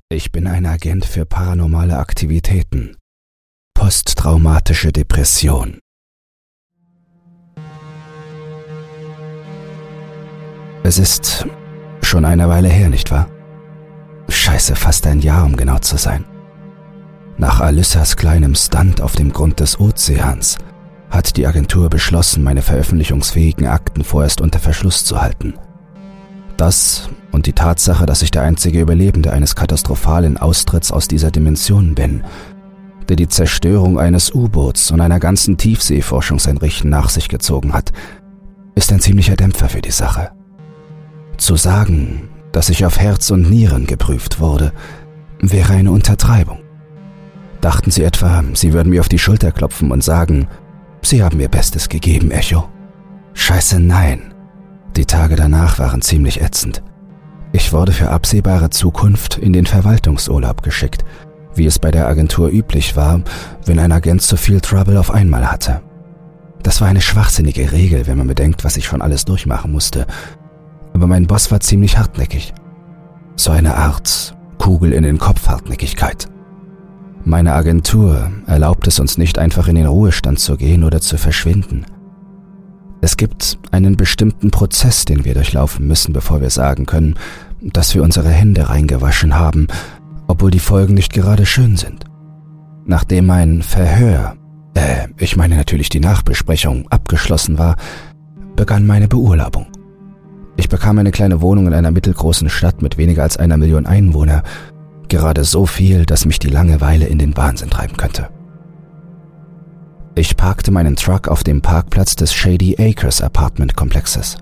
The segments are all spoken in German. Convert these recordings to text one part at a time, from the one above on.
Ich bin ein Agent für paranormale Aktivitäten. Posttraumatische Depression. Es ist schon eine Weile her, nicht wahr? Scheiße, fast ein Jahr, um genau zu sein. Nach Alyssas kleinem Stunt auf dem Grund des Ozeans hat die Agentur beschlossen, meine veröffentlichungsfähigen Akten vorerst unter Verschluss zu halten. Das und die Tatsache, dass ich der einzige Überlebende eines katastrophalen Austritts aus dieser Dimension bin, der die Zerstörung eines U-Boots und einer ganzen Tiefseeforschungseinrichtung nach sich gezogen hat, ist ein ziemlicher Dämpfer für die Sache. Zu sagen, dass ich auf Herz und Nieren geprüft wurde, wäre eine Untertreibung. Dachten Sie etwa, Sie würden mir auf die Schulter klopfen und sagen, Sie haben Ihr Bestes gegeben, Echo? Scheiße, nein. Die Tage danach waren ziemlich ätzend. Ich wurde für absehbare Zukunft in den Verwaltungsurlaub geschickt, wie es bei der Agentur üblich war, wenn ein Agent zu viel Trouble auf einmal hatte. Das war eine schwachsinnige Regel, wenn man bedenkt, was ich schon alles durchmachen musste. Aber mein Boss war ziemlich hartnäckig. So eine Art Kugel in den Kopf Hartnäckigkeit. Meine Agentur erlaubt es uns nicht einfach in den Ruhestand zu gehen oder zu verschwinden. Es gibt einen bestimmten Prozess, den wir durchlaufen müssen, bevor wir sagen können, dass wir unsere Hände reingewaschen haben, obwohl die Folgen nicht gerade schön sind. Nachdem mein Verhör, ich meine natürlich die Nachbesprechung, abgeschlossen war, begann meine Beurlaubung. Ich bekam eine kleine Wohnung in einer mittelgroßen Stadt mit weniger als 1 Million Einwohner, gerade so viel, dass mich die Langeweile in den Wahnsinn treiben könnte. Ich parkte meinen Truck auf dem Parkplatz des Shady Acres Apartment-Komplexes.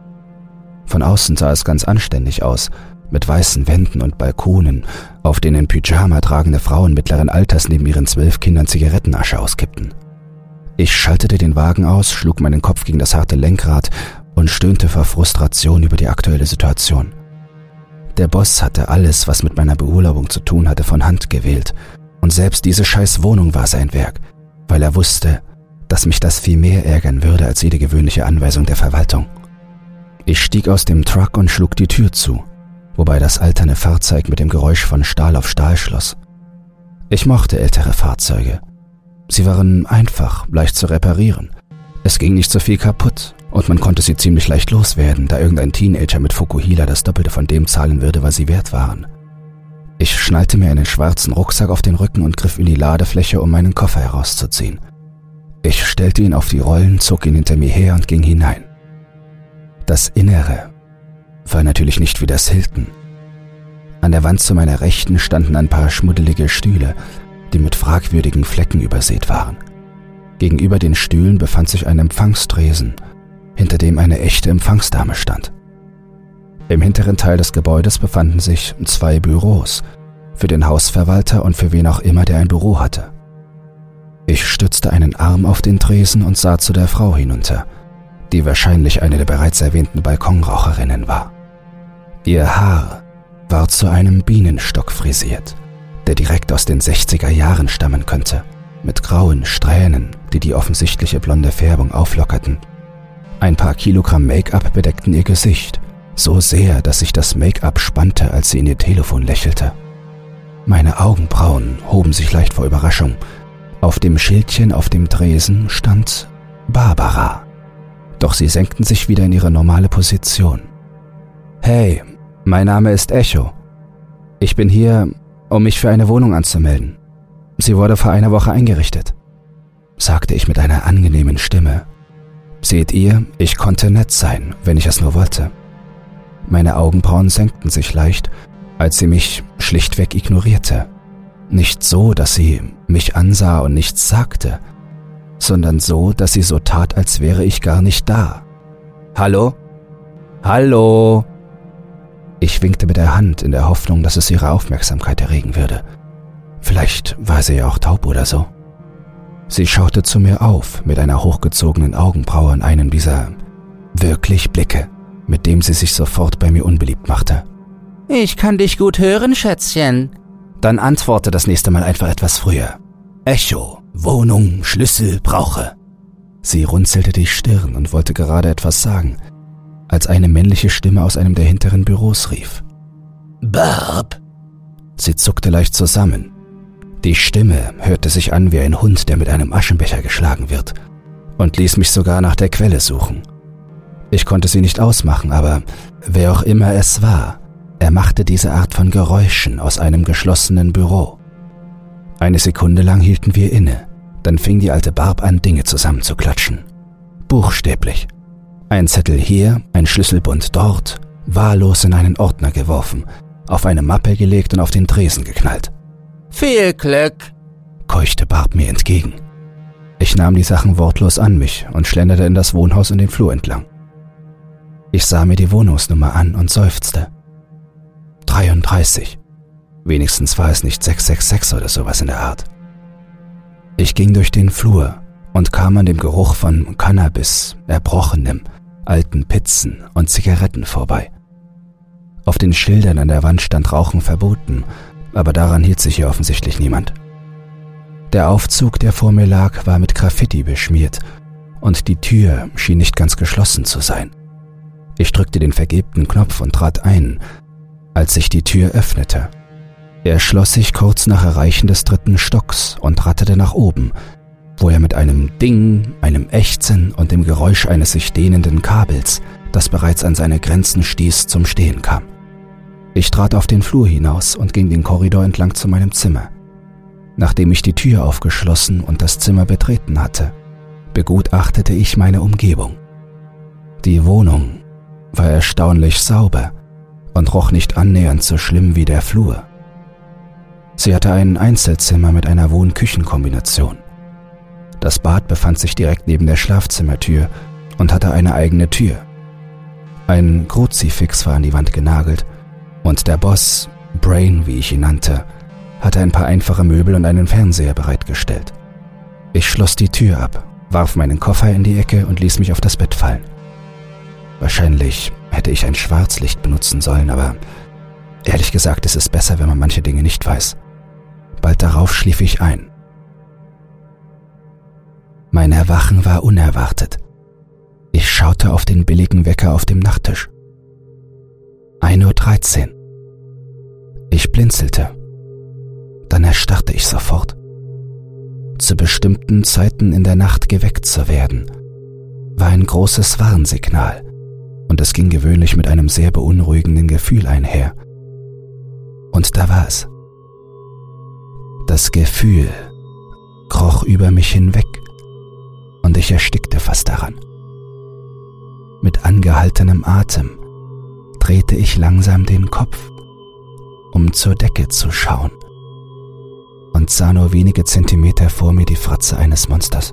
Von außen sah es ganz anständig aus, mit weißen Wänden und Balkonen, auf denen Pyjama tragende Frauen mittleren Alters neben ihren 12 Kindern Zigarettenasche auskippten. Ich schaltete den Wagen aus, schlug meinen Kopf gegen das harte Lenkrad und stöhnte vor Frustration über die aktuelle Situation. Der Boss hatte alles, was mit meiner Beurlaubung zu tun hatte, von Hand gewählt, und selbst diese scheiß Wohnung war sein Werk, weil er wusste, dass mich das viel mehr ärgern würde als jede gewöhnliche Anweisung der Verwaltung. Ich stieg aus dem Truck und schlug die Tür zu, wobei das alterne Fahrzeug mit dem Geräusch von Stahl auf Stahl schloss. Ich mochte ältere Fahrzeuge. Sie waren einfach, leicht zu reparieren. Es ging nicht so viel kaputt und man konnte sie ziemlich leicht loswerden, da irgendein Teenager mit Fukuhila das Doppelte von dem zahlen würde, was sie wert waren. Ich schnallte mir einen schwarzen Rucksack auf den Rücken und griff in die Ladefläche, um meinen Koffer herauszuziehen. Ich stellte ihn auf die Rollen, zog ihn hinter mir her und ging hinein. Das Innere war natürlich nicht wie das Hilton. An der Wand zu meiner Rechten standen ein paar schmuddelige Stühle, die mit fragwürdigen Flecken übersät waren. Gegenüber den Stühlen befand sich ein Empfangstresen, hinter dem eine echte Empfangsdame stand. Im hinteren Teil des Gebäudes befanden sich 2 Büros, für den Hausverwalter und für wen auch immer, der ein Büro hatte. Ich stützte einen Arm auf den Tresen und sah zu der Frau hinunter, die wahrscheinlich eine der bereits erwähnten Balkonraucherinnen war. Ihr Haar war zu einem Bienenstock frisiert, der direkt aus den 60er Jahren stammen könnte, mit grauen Strähnen, die die offensichtliche blonde Färbung auflockerten. Ein paar Kilogramm Make-up bedeckten ihr Gesicht, so sehr, dass sich das Make-up spannte, als sie in ihr Telefon lächelte. Meine Augenbrauen hoben sich leicht vor Überraschung. Auf dem Schildchen auf dem Tresen stand Barbara. Doch sie senkten sich wieder in ihre normale Position. »Hey, mein Name ist Echo. Ich bin hier, um mich für eine Wohnung anzumelden. Sie wurde vor einer Woche eingerichtet«, sagte ich mit einer angenehmen Stimme. Seht ihr, ich konnte nett sein, wenn ich es nur wollte. Meine Augenbrauen senkten sich leicht, als sie mich schlichtweg ignorierte. Nicht so, dass sie mich ansah und nichts sagte, sondern so, dass sie so tat, als wäre ich gar nicht da. »Hallo? Hallo?« Ich winkte mit der Hand in der Hoffnung, dass es ihre Aufmerksamkeit erregen würde. Vielleicht war sie ja auch taub oder so. Sie schaute zu mir auf mit einer hochgezogenen Augenbraue und einem dieser wirklich Blicke, mit dem sie sich sofort bei mir unbeliebt machte. »Ich kann dich gut hören, Schätzchen.« »Dann antworte das nächste Mal einfach etwas früher. Echo, Wohnung, Schlüssel, brauche.« Sie runzelte die Stirn und wollte gerade etwas sagen, als eine männliche Stimme aus einem der hinteren Büros rief. »Barb?« Sie zuckte leicht zusammen. Die Stimme hörte sich an wie ein Hund, der mit einem Aschenbecher geschlagen wird, und ließ mich sogar nach der Quelle suchen. Ich konnte sie nicht ausmachen, aber wer auch immer es war, er machte diese Art von Geräuschen aus einem geschlossenen Büro. Eine Sekunde lang hielten wir inne, dann fing die alte Barb an, Dinge zusammenzuklatschen. Buchstäblich. Ein Zettel hier, ein Schlüsselbund dort, wahllos in einen Ordner geworfen, auf eine Mappe gelegt und auf den Tresen geknallt. »Viel Glück«, keuchte Barb mir entgegen. Ich nahm die Sachen wortlos an mich und schlenderte in das Wohnhaus und den Flur entlang. Ich sah mir die Wohnungsnummer an und seufzte. 33. Wenigstens war es nicht 666 oder sowas in der Art. Ich ging durch den Flur und kam an dem Geruch von Cannabis, Erbrochenem, alten Pizzen und Zigaretten vorbei. Auf den Schildern an der Wand stand Rauchen verboten, aber daran hielt sich hier offensichtlich niemand. Der Aufzug, der vor mir lag, war mit Graffiti beschmiert und die Tür schien nicht ganz geschlossen zu sein. Ich drückte den vergilbten Knopf und trat ein, als sich die Tür öffnete. Er schloss sich kurz nach Erreichen des 3. Stocks und ratterte nach oben, wo er mit einem Ding, einem Ächzen und dem Geräusch eines sich dehnenden Kabels, das bereits an seine Grenzen stieß, zum Stehen kam. Ich trat auf den Flur hinaus und ging den Korridor entlang zu meinem Zimmer. Nachdem ich die Tür aufgeschlossen und das Zimmer betreten hatte, begutachtete ich meine Umgebung. Die Wohnung war erstaunlich sauber und roch nicht annähernd so schlimm wie der Flur. Sie hatte ein Einzelzimmer mit einer Wohn-Küchen-Kombination. Das Bad befand sich direkt neben der Schlafzimmertür und hatte eine eigene Tür. Ein Kruzifix war an die Wand genagelt und der Boss, Brain wie ich ihn nannte, hatte ein paar einfache Möbel und einen Fernseher bereitgestellt. Ich schloss die Tür ab, warf meinen Koffer in die Ecke und ließ mich auf das Bett fallen. Wahrscheinlich hätte ich ein Schwarzlicht benutzen sollen, aber ehrlich gesagt ist es besser, wenn man manche Dinge nicht weiß. Bald darauf schlief ich ein. Mein Erwachen war unerwartet. Ich schaute auf den billigen Wecker auf dem Nachttisch. 1:13 Uhr. Ich blinzelte. Dann erstarrte ich sofort. Zu bestimmten Zeiten in der Nacht geweckt zu werden, war ein großes Warnsignal und es ging gewöhnlich mit einem sehr beunruhigenden Gefühl einher. Und da war es. Das Gefühl kroch über mich hinweg und ich erstickte fast daran. Mit angehaltenem Atem drehte ich langsam den Kopf, um zur Decke zu schauen, und sah nur wenige Zentimeter vor mir die Fratze eines Monsters.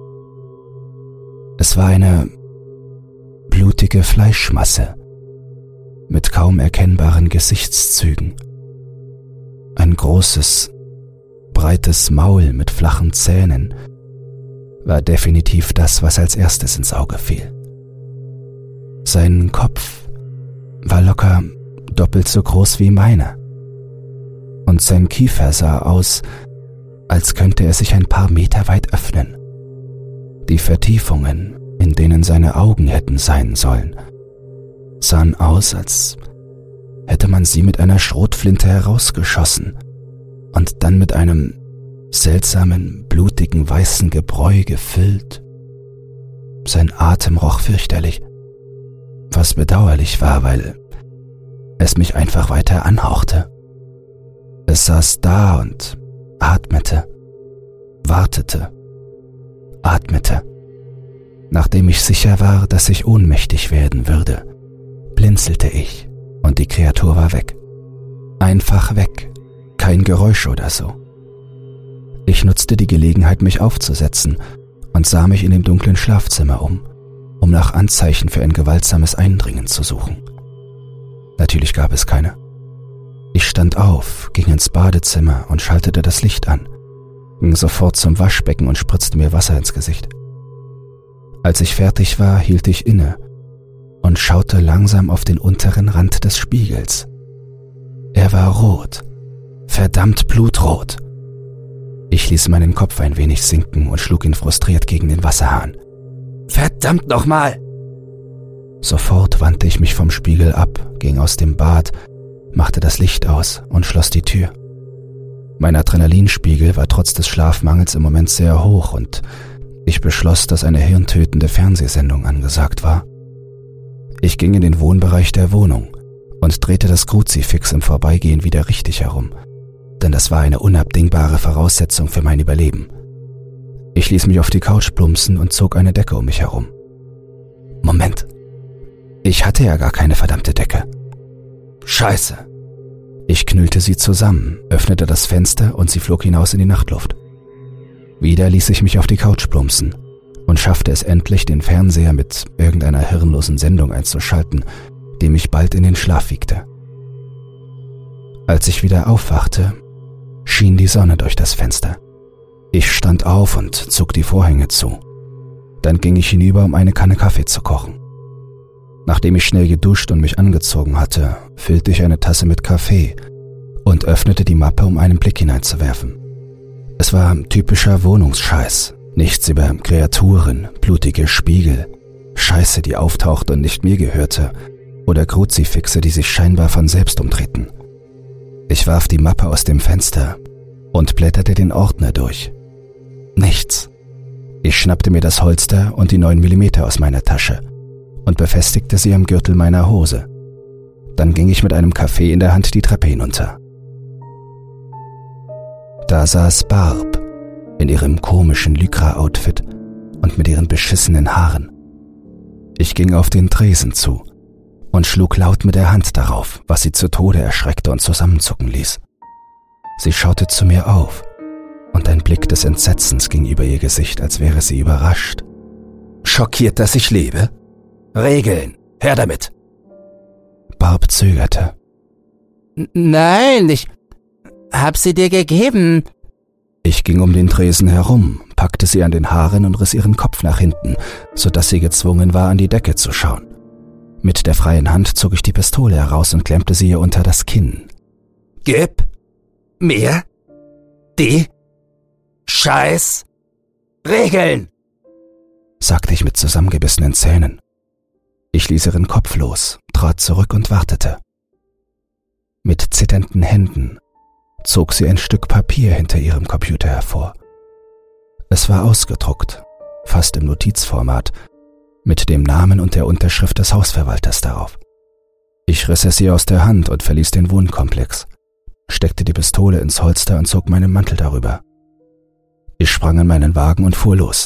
Es war eine blutige Fleischmasse mit kaum erkennbaren Gesichtszügen. Ein großes, breites Maul mit flachen Zähnen war definitiv das, was als erstes ins Auge fiel. Sein Kopf war locker doppelt so groß wie meiner. Und sein Kiefer sah aus, als könnte er sich ein paar Meter weit öffnen. Die Vertiefungen, in denen seine Augen hätten sein sollen, sahen aus, als hätte man sie mit einer Schrotflinte herausgeschossen und dann mit einem seltsamen, blutigen, weißen Gebräu gefüllt. Sein Atem roch fürchterlich, was bedauerlich war, weil es mich einfach weiter anhauchte. Es saß da und atmete, wartete, atmete. Nachdem ich sicher war, dass ich ohnmächtig werden würde, blinzelte ich und die Kreatur war weg. Einfach weg, kein Geräusch oder so. Ich nutzte die Gelegenheit, mich aufzusetzen und sah mich in dem dunklen Schlafzimmer um nach Anzeichen für ein gewaltsames Eindringen zu suchen. Natürlich gab es keine. Ich stand auf, ging ins Badezimmer und schaltete das Licht an, ging sofort zum Waschbecken und spritzte mir Wasser ins Gesicht. Als ich fertig war, hielt ich inne und schaute langsam auf den unteren Rand des Spiegels. Er war rot, verdammt blutrot. Ich ließ meinen Kopf ein wenig sinken und schlug ihn frustriert gegen den Wasserhahn. »Verdammt nochmal!« Sofort wandte ich mich vom Spiegel ab, ging aus dem Bad machte das Licht aus und schloss die Tür. Mein Adrenalinspiegel war trotz des Schlafmangels im Moment sehr hoch und ich beschloss, dass eine hirntötende Fernsehsendung angesagt war. Ich ging in den Wohnbereich der Wohnung und drehte das Kruzifix im Vorbeigehen wieder richtig herum, denn das war eine unabdingbare Voraussetzung für mein Überleben. Ich ließ mich auf die Couch plumpsen und zog eine Decke um mich herum. Moment, ich hatte ja gar keine verdammte Decke. Scheiße! Ich knüllte sie zusammen, öffnete das Fenster und sie flog hinaus in die Nachtluft. Wieder ließ ich mich auf die Couch plumpsen und schaffte es endlich, den Fernseher mit irgendeiner hirnlosen Sendung einzuschalten, die mich bald in den Schlaf wiegte. Als ich wieder aufwachte, schien die Sonne durch das Fenster. Ich stand auf und zog die Vorhänge zu. Dann ging ich hinüber, um eine Kanne Kaffee zu kochen. Nachdem ich schnell geduscht und mich angezogen hatte, füllte ich eine Tasse mit Kaffee und öffnete die Mappe, um einen Blick hineinzuwerfen. Es war typischer Wohnungsscheiß, nichts über Kreaturen, blutige Spiegel, Scheiße, die auftauchte und nicht mir gehörte, oder Kruzifixe, die sich scheinbar von selbst umdrehten. Ich warf die Mappe aus dem Fenster und blätterte den Ordner durch. Nichts. Ich schnappte mir das Holster und die 9mm aus meiner Tasche und befestigte sie am Gürtel meiner Hose. Dann ging ich mit einem Kaffee in der Hand die Treppe hinunter. Da saß Barb in ihrem komischen Lycra-Outfit und mit ihren beschissenen Haaren. Ich ging auf den Tresen zu und schlug laut mit der Hand darauf, was sie zu Tode erschreckte und zusammenzucken ließ. Sie schaute zu mir auf und ein Blick des Entsetzens ging über ihr Gesicht, als wäre sie überrascht. Schockiert, dass ich lebe? Regeln, her damit! Barb zögerte. Nein, ich hab sie dir gegeben. Ich ging um den Tresen herum, packte sie an den Haaren und riss ihren Kopf nach hinten, sodass sie gezwungen war, an die Decke zu schauen. Mit der freien Hand zog ich die Pistole heraus und klemmte sie ihr unter das Kinn. Gib mir die Scheiß Regeln, sagte ich mit zusammengebissenen Zähnen. Ich ließ ihren Kopf los, trat zurück und wartete. Mit zitternden Händen zog sie ein Stück Papier hinter ihrem Computer hervor. Es war ausgedruckt, fast im Notizformat, mit dem Namen und der Unterschrift des Hausverwalters darauf. Ich riss es ihr aus der Hand und verließ den Wohnkomplex, steckte die Pistole ins Holster und zog meinen Mantel darüber. Ich sprang in meinen Wagen und fuhr los.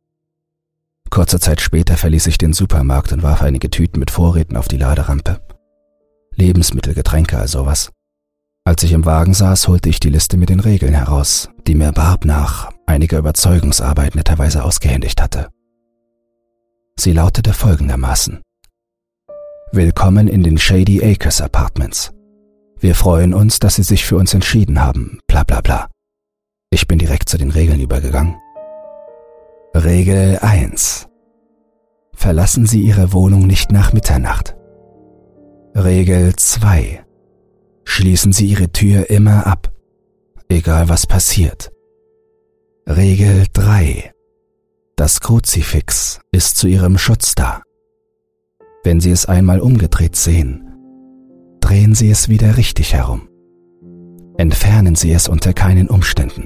Kurze Zeit später verließ ich den Supermarkt und warf einige Tüten mit Vorräten auf die Laderampe. Lebensmittel, Getränke, all sowas. Als ich im Wagen saß, holte ich die Liste mit den Regeln heraus, die mir Barb nach einiger Überzeugungsarbeit netterweise ausgehändigt hatte. Sie lautete folgendermaßen: Willkommen in den Shady Acres Apartments. Wir freuen uns, dass Sie sich für uns entschieden haben, bla bla bla. Ich bin direkt zu den Regeln übergegangen. Regel 1. Verlassen Sie Ihre Wohnung nicht nach Mitternacht. Regel 2. Schließen Sie Ihre Tür immer ab, egal was passiert. Regel 3. Das Kruzifix ist zu Ihrem Schutz da. Wenn Sie es einmal umgedreht sehen, drehen Sie es wieder richtig herum. Entfernen Sie es unter keinen Umständen.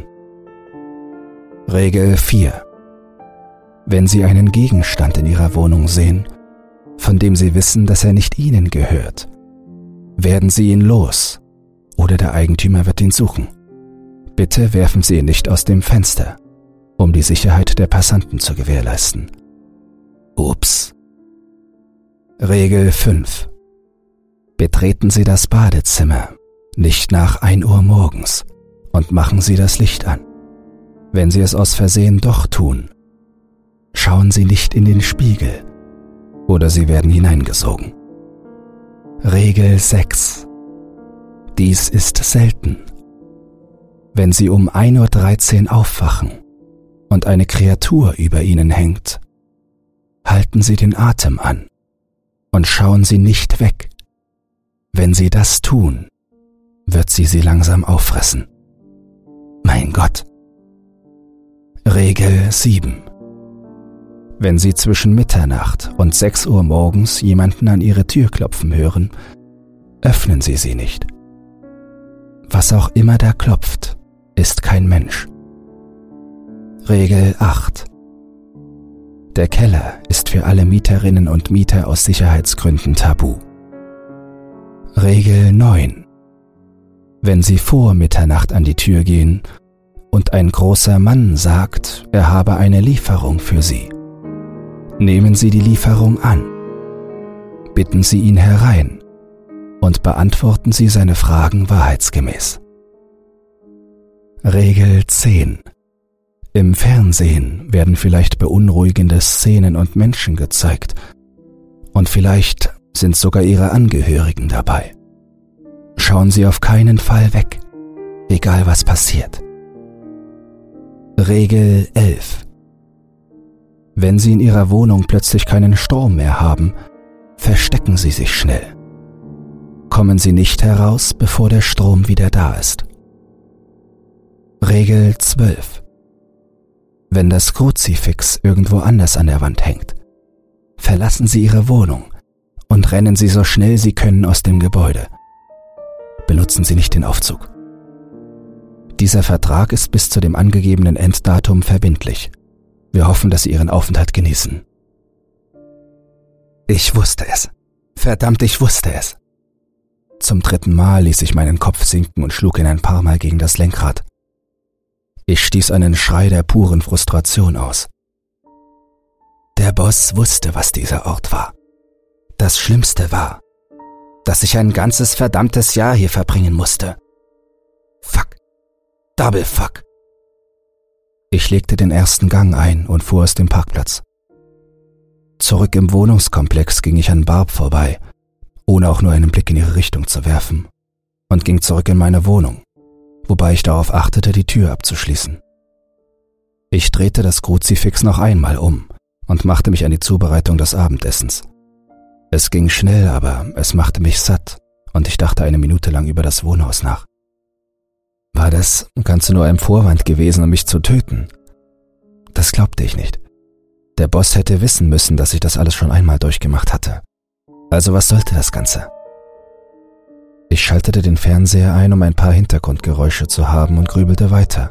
Regel 4. Wenn Sie einen Gegenstand in Ihrer Wohnung sehen, von dem Sie wissen, dass er nicht Ihnen gehört, werden Sie ihn los oder der Eigentümer wird ihn suchen. Bitte werfen Sie ihn nicht aus dem Fenster, um die Sicherheit der Passanten zu gewährleisten. Ups. Regel 5. Betreten Sie das Badezimmer nicht nach 1 Uhr morgens und machen Sie das Licht an. Wenn Sie es aus Versehen doch tun, schauen Sie nicht in den Spiegel oder Sie werden hineingesogen. Regel 6. Dies ist selten. Wenn Sie um 1:13 Uhr aufwachen und eine Kreatur über Ihnen hängt, halten Sie den Atem an und schauen Sie nicht weg. Wenn Sie das tun, wird sie langsam auffressen. Mein Gott. Regel 7. Wenn Sie zwischen Mitternacht und 6 Uhr morgens jemanden an Ihre Tür klopfen hören, öffnen Sie sie nicht. Was auch immer da klopft, ist kein Mensch. Regel 8. Der Keller ist für alle Mieterinnen und Mieter aus Sicherheitsgründen tabu. Regel 9. Wenn Sie vor Mitternacht an die Tür gehen und ein großer Mann sagt, er habe eine Lieferung für Sie, nehmen Sie die Lieferung an. Bitten Sie ihn herein und beantworten Sie seine Fragen wahrheitsgemäß. Regel 10. Im Fernsehen werden vielleicht beunruhigende Szenen und Menschen gezeigt und vielleicht sind sogar Ihre Angehörigen dabei. Schauen Sie auf keinen Fall weg, egal was passiert. Regel 11. Wenn Sie in Ihrer Wohnung plötzlich keinen Strom mehr haben, verstecken Sie sich schnell. Kommen Sie nicht heraus, bevor der Strom wieder da ist. Regel 12. Wenn das Kruzifix irgendwo anders an der Wand hängt, verlassen Sie Ihre Wohnung und rennen Sie so schnell Sie können aus dem Gebäude. Benutzen Sie nicht den Aufzug. Dieser Vertrag ist bis zu dem angegebenen Enddatum verbindlich. Wir hoffen, dass Sie Ihren Aufenthalt genießen. Ich wusste es. Verdammt, ich wusste es. Zum 3. Mal ließ ich meinen Kopf sinken und schlug ihn ein paar Mal gegen das Lenkrad. Ich stieß einen Schrei der puren Frustration aus. Der Boss wusste, was dieser Ort war. Das Schlimmste war, dass ich ein ganzes verdammtes Jahr hier verbringen musste. Fuck. Double fuck. Ich legte den ersten Gang ein und fuhr aus dem Parkplatz. Zurück im Wohnungskomplex ging ich an Barb vorbei, ohne auch nur einen Blick in ihre Richtung zu werfen, und ging zurück in meine Wohnung, wobei ich darauf achtete, die Tür abzuschließen. Ich drehte das Kruzifix noch einmal um und machte mich an die Zubereitung des Abendessens. Es ging schnell, aber es machte mich satt und ich dachte eine Minute lang über das Wohnhaus nach. War das Ganze nur ein Vorwand gewesen, um mich zu töten? Das glaubte ich nicht. Der Boss hätte wissen müssen, dass ich das alles schon einmal durchgemacht hatte. Also was sollte das Ganze? Ich schaltete den Fernseher ein, um ein paar Hintergrundgeräusche zu haben und grübelte weiter.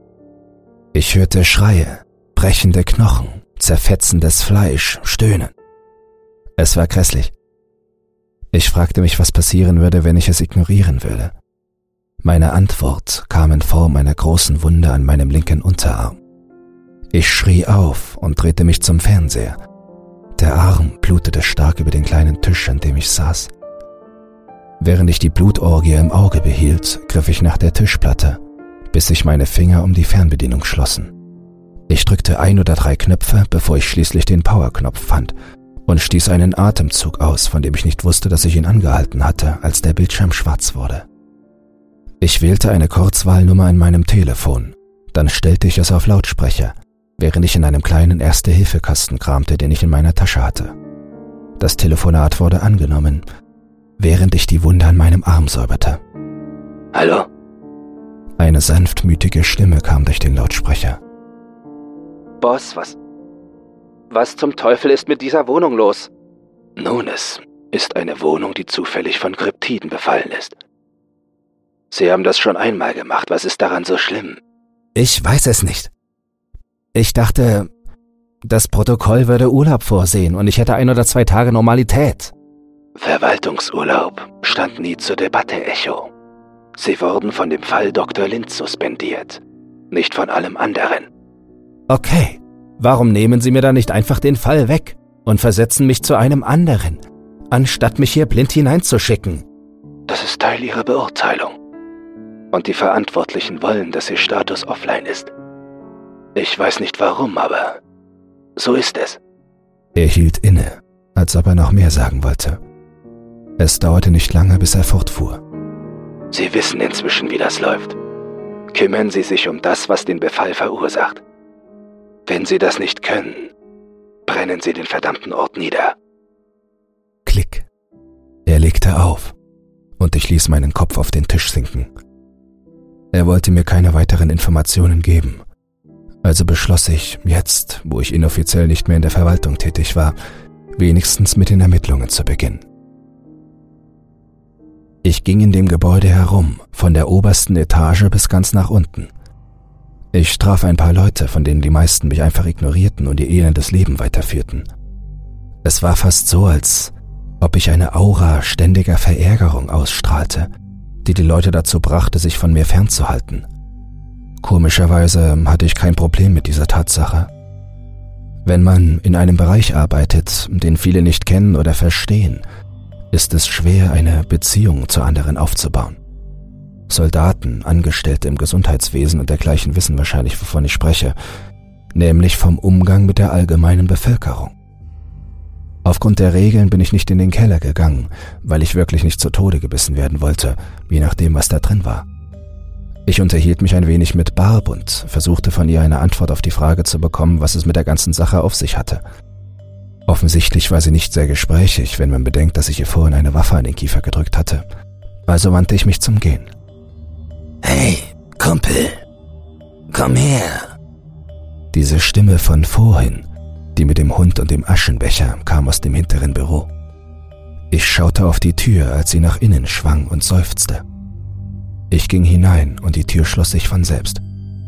Ich hörte Schreie, brechende Knochen, zerfetzendes Fleisch, Stöhnen. Es war grässlich. Ich fragte mich, was passieren würde, wenn ich es ignorieren würde. Meine Antwort kam in Form einer großen Wunde an meinem linken Unterarm. Ich schrie auf und drehte mich zum Fernseher. Der Arm blutete stark über den kleinen Tisch, an dem ich saß. Während ich die Blutorgie im Auge behielt, griff ich nach der Tischplatte, bis sich meine Finger um die Fernbedienung schlossen. Ich drückte 1 oder 3 Knöpfe, bevor ich schließlich den Powerknopf fand und stieß einen Atemzug aus, von dem ich nicht wusste, dass ich ihn angehalten hatte, als der Bildschirm schwarz wurde. Ich wählte eine Kurzwahlnummer in meinem Telefon, dann stellte ich es auf Lautsprecher, während ich in einem kleinen Erste-Hilfe-Kasten kramte, den ich in meiner Tasche hatte. Das Telefonat wurde angenommen, während ich die Wunde an meinem Arm säuberte. Hallo? Eine sanftmütige Stimme kam durch den Lautsprecher. Boss, was zum Teufel ist mit dieser Wohnung los? Nun, es ist eine Wohnung, die zufällig von Kryptiden befallen ist. Sie haben das schon einmal gemacht. Was ist daran so schlimm? Ich weiß es nicht. Ich dachte, das Protokoll würde Urlaub vorsehen und ich hätte 1 oder 2 Tage Normalität. Verwaltungsurlaub stand nie zur Debatte, Echo. Sie wurden von dem Fall Dr. Lind suspendiert, nicht von allem anderen. Okay, warum nehmen Sie mir dann nicht einfach den Fall weg und versetzen mich zu einem anderen, anstatt mich hier blind hineinzuschicken? Das ist Teil Ihrer Beurteilung. Und die Verantwortlichen wollen, dass Ihr Status offline ist. Ich weiß nicht warum, aber so ist es. Er hielt inne, als ob er noch mehr sagen wollte. Es dauerte nicht lange, bis er fortfuhr. Sie wissen inzwischen, wie das läuft. Kümmern Sie sich um das, was den Befall verursacht. Wenn Sie das nicht können, brennen Sie den verdammten Ort nieder. Klick. Er legte auf und ich ließ meinen Kopf auf den Tisch sinken. Er wollte mir keine weiteren Informationen geben. Also beschloss ich, jetzt, wo ich inoffiziell nicht mehr in der Verwaltung tätig war, wenigstens mit den Ermittlungen zu beginnen. Ich ging in dem Gebäude herum, von der obersten Etage bis ganz nach unten. Ich traf ein paar Leute, von denen die meisten mich einfach ignorierten und ihr elendes Leben weiterführten. Es war fast so, als ob ich eine Aura ständiger Verärgerung ausstrahlte, die die Leute dazu brachte, sich von mir fernzuhalten. Komischerweise hatte ich kein Problem mit dieser Tatsache. Wenn man in einem Bereich arbeitet, den viele nicht kennen oder verstehen, ist es schwer, eine Beziehung zu anderen aufzubauen. Soldaten, Angestellte im Gesundheitswesen und dergleichen wissen wahrscheinlich, wovon ich spreche, nämlich vom Umgang mit der allgemeinen Bevölkerung. Aufgrund der Regeln bin ich nicht in den Keller gegangen, weil ich wirklich nicht zu Tode gebissen werden wollte, je nachdem, was da drin war. Ich unterhielt mich ein wenig mit Barb und versuchte von ihr eine Antwort auf die Frage zu bekommen, was es mit der ganzen Sache auf sich hatte. Offensichtlich war sie nicht sehr gesprächig, wenn man bedenkt, dass ich ihr vorhin eine Waffe an den Kiefer gedrückt hatte. Also wandte ich mich zum Gehen. »Hey, Kumpel, komm her!« Diese Stimme von vorhin, die mit dem Hund und dem Aschenbecher, kam aus dem hinteren Büro. Ich schaute auf die Tür, als sie nach innen schwang und seufzte. Ich ging hinein und die Tür schloss sich von selbst.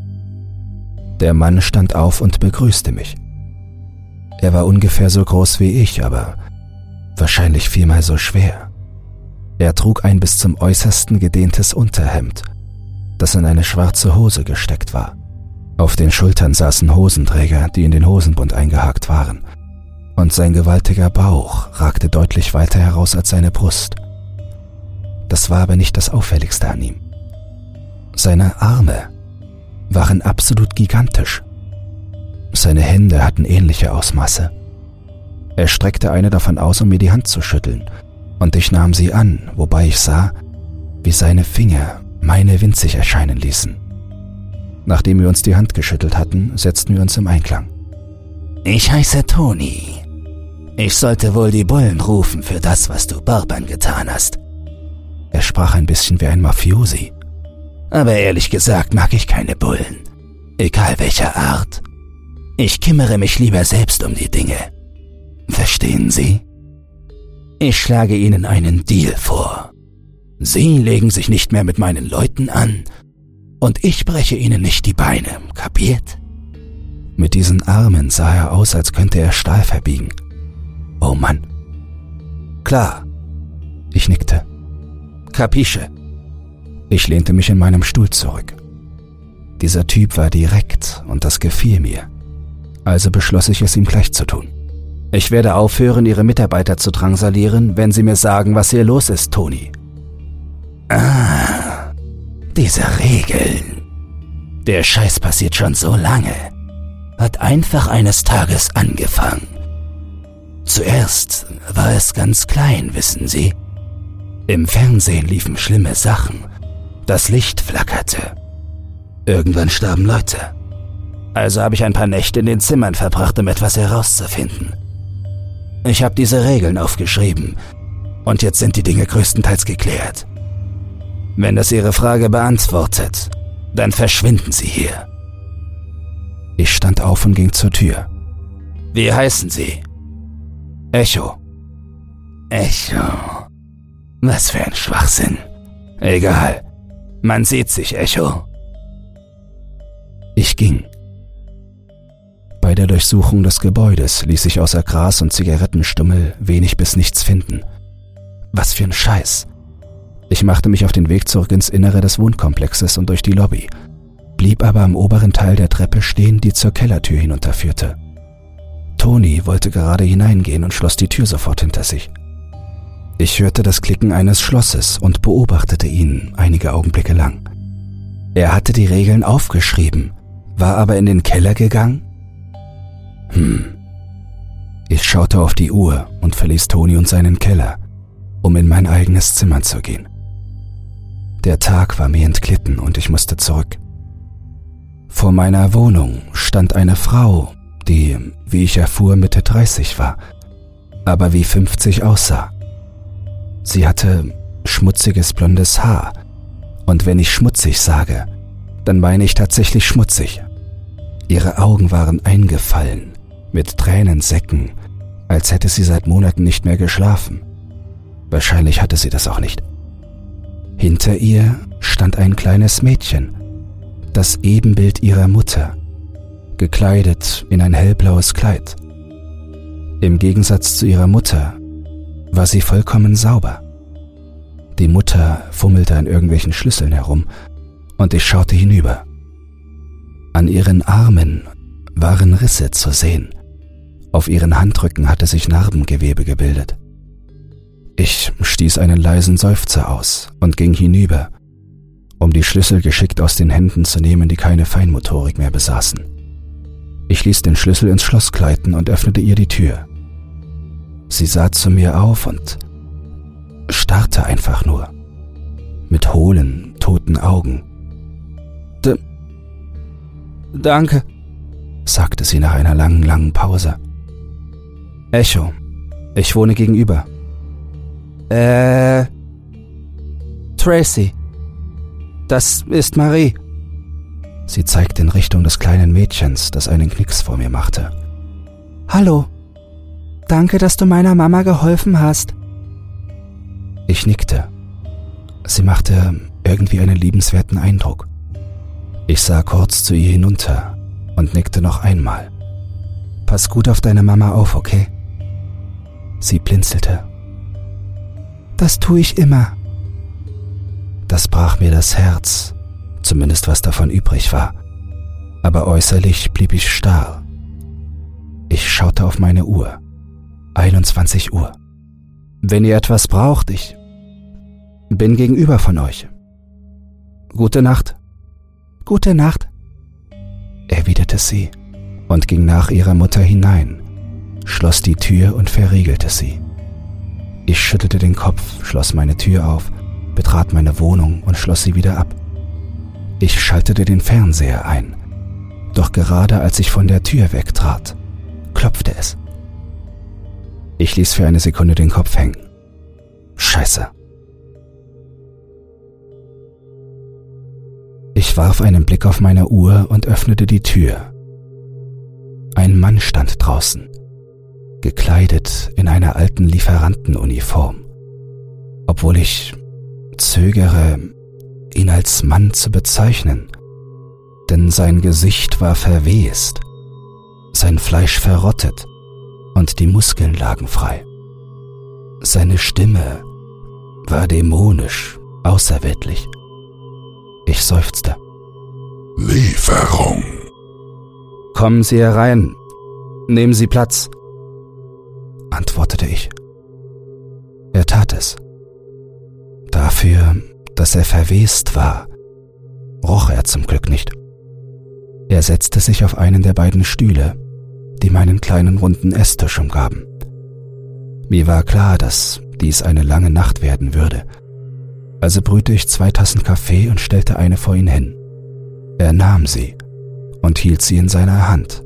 Der Mann stand auf und begrüßte mich. Er war ungefähr so groß wie ich, aber wahrscheinlich viermal so schwer. Er trug ein bis zum Äußersten gedehntes Unterhemd, das in eine schwarze Hose gesteckt war. Auf den Schultern saßen Hosenträger, die in den Hosenbund eingehakt waren, und sein gewaltiger Bauch ragte deutlich weiter heraus als seine Brust. Das war aber nicht das Auffälligste an ihm. Seine Arme waren absolut gigantisch. Seine Hände hatten ähnliche Ausmaße. Er streckte eine davon aus, um mir die Hand zu schütteln, und ich nahm sie an, wobei ich sah, wie seine Finger meine winzig erscheinen ließen. Nachdem wir uns die Hand geschüttelt hatten, setzten wir uns im Einklang. »Ich heiße Toni. Ich sollte wohl die Bullen rufen für das, was du Barbern getan hast.« Er sprach ein bisschen wie ein Mafiosi. »Aber ehrlich gesagt mag ich keine Bullen, egal welcher Art. Ich kümmere mich lieber selbst um die Dinge. Verstehen Sie? Ich schlage Ihnen einen Deal vor. Sie legen sich nicht mehr mit meinen Leuten an und ich breche Ihnen nicht die Beine, kapiert?« Mit diesen Armen sah er aus, als könnte er Stahl verbiegen. Oh Mann. »Klar«, ich nickte. »Capisce.« Ich lehnte mich in meinem Stuhl zurück. Dieser Typ war direkt und das gefiel mir. Also beschloss ich, es ihm gleich zu tun. »Ich werde aufhören, Ihre Mitarbeiter zu drangsalieren, wenn Sie mir sagen, was hier los ist, Toni.« »Ah, diese Regeln. Der Scheiß passiert schon so lange. Hat einfach eines Tages angefangen. Zuerst war es ganz klein, wissen Sie. Im Fernsehen liefen schlimme Sachen. Das Licht flackerte. Irgendwann starben Leute. Also habe ich ein paar Nächte in den Zimmern verbracht, um etwas herauszufinden. Ich habe diese Regeln aufgeschrieben und jetzt sind die Dinge größtenteils geklärt. Wenn das Ihre Frage beantwortet, dann verschwinden Sie hier.« Ich stand auf und ging zur Tür. »Wie heißen Sie?« »Echo.« »Echo. Was für ein Schwachsinn. Egal. Man sieht sich, Echo.« Ich ging. Bei der Durchsuchung des Gebäudes ließ sich außer Gras und Zigarettenstummel wenig bis nichts finden. Was für ein Scheiß. Ich machte mich auf den Weg zurück ins Innere des Wohnkomplexes und durch die Lobby, blieb aber am oberen Teil der Treppe stehen, die zur Kellertür hinunterführte. Toni wollte gerade hineingehen und schloss die Tür sofort hinter sich. Ich hörte das Klicken eines Schlosses und beobachtete ihn einige Augenblicke lang. Er hatte die Regeln aufgeschrieben, war aber in den Keller gegangen? Ich schaute auf die Uhr und verließ Toni und seinen Keller, um in mein eigenes Zimmer zu gehen. Der Tag war mir entglitten und ich musste zurück. Vor meiner Wohnung stand eine Frau, die, wie ich erfuhr, Mitte 30 war, aber wie 50 aussah. Sie hatte schmutziges blondes Haar, und wenn ich schmutzig sage, dann meine ich tatsächlich schmutzig. Ihre Augen waren eingefallen, mit Tränensäcken, als hätte sie seit Monaten nicht mehr geschlafen. Wahrscheinlich hatte sie das auch nicht. Hinter ihr stand ein kleines Mädchen, das Ebenbild ihrer Mutter, gekleidet in ein hellblaues Kleid. Im Gegensatz zu ihrer Mutter war sie vollkommen sauber. Die Mutter fummelte an irgendwelchen Schlüsseln herum und ich schaute hinüber. An ihren Armen waren Risse zu sehen. Auf ihren Handrücken hatte sich Narbengewebe gebildet. Ich stieß einen leisen Seufzer aus und ging hinüber, um die Schlüssel geschickt aus den Händen zu nehmen, die keine Feinmotorik mehr besaßen. Ich ließ den Schlüssel ins Schloss gleiten und öffnete ihr die Tür. Sie sah zu mir auf und starrte einfach nur, mit hohlen, toten Augen. »Danke«, sagte sie nach einer langen Pause. »Echo, ich wohne gegenüber.« »Tracy, das ist Marie.« Sie zeigte in Richtung des kleinen Mädchens, das einen Knicks vor mir machte. »Hallo, danke, dass du meiner Mama geholfen hast.« Ich nickte. Sie machte irgendwie einen liebenswerten Eindruck. Ich sah kurz zu ihr hinunter und nickte noch einmal. »Pass gut auf deine Mama auf, okay?« Sie blinzelte. »Das tue ich immer.« Das brach mir das Herz, zumindest was davon übrig war, aber äußerlich blieb ich starr. Ich schaute auf meine Uhr. 21 Uhr. »Wenn ihr etwas braucht, ich bin gegenüber von euch. Gute Nacht.« »Gute Nacht«, erwiderte sie und ging nach ihrer Mutter hinein, schloss die Tür und verriegelte sie. Ich schüttelte den Kopf, schloss meine Tür auf, betrat meine Wohnung und schloss sie wieder ab. Ich schaltete den Fernseher ein, doch gerade als ich von der Tür wegtrat, klopfte es. Ich ließ für eine Sekunde den Kopf hängen. Scheiße. Ich warf einen Blick auf meine Uhr und öffnete die Tür. Ein Mann stand draußen, gekleidet in einer alten Lieferantenuniform. Obwohl ich zögere, ihn als Mann zu bezeichnen, denn sein Gesicht war verwest, sein Fleisch verrottet und die Muskeln lagen frei. Seine Stimme war dämonisch, außerweltlich. Ich seufzte. »Lieferung.« »Kommen Sie herein. Nehmen Sie Platz«, antwortete ich. Er tat es. Dafür, dass er verwest war, roch er zum Glück nicht. Er setzte sich auf einen der beiden Stühle, die meinen kleinen runden Esstisch umgaben. Mir war klar, dass dies eine lange Nacht werden würde. Also brühte ich 2 Tassen Kaffee und stellte eine vor ihn hin. Er nahm sie und hielt sie in seiner Hand.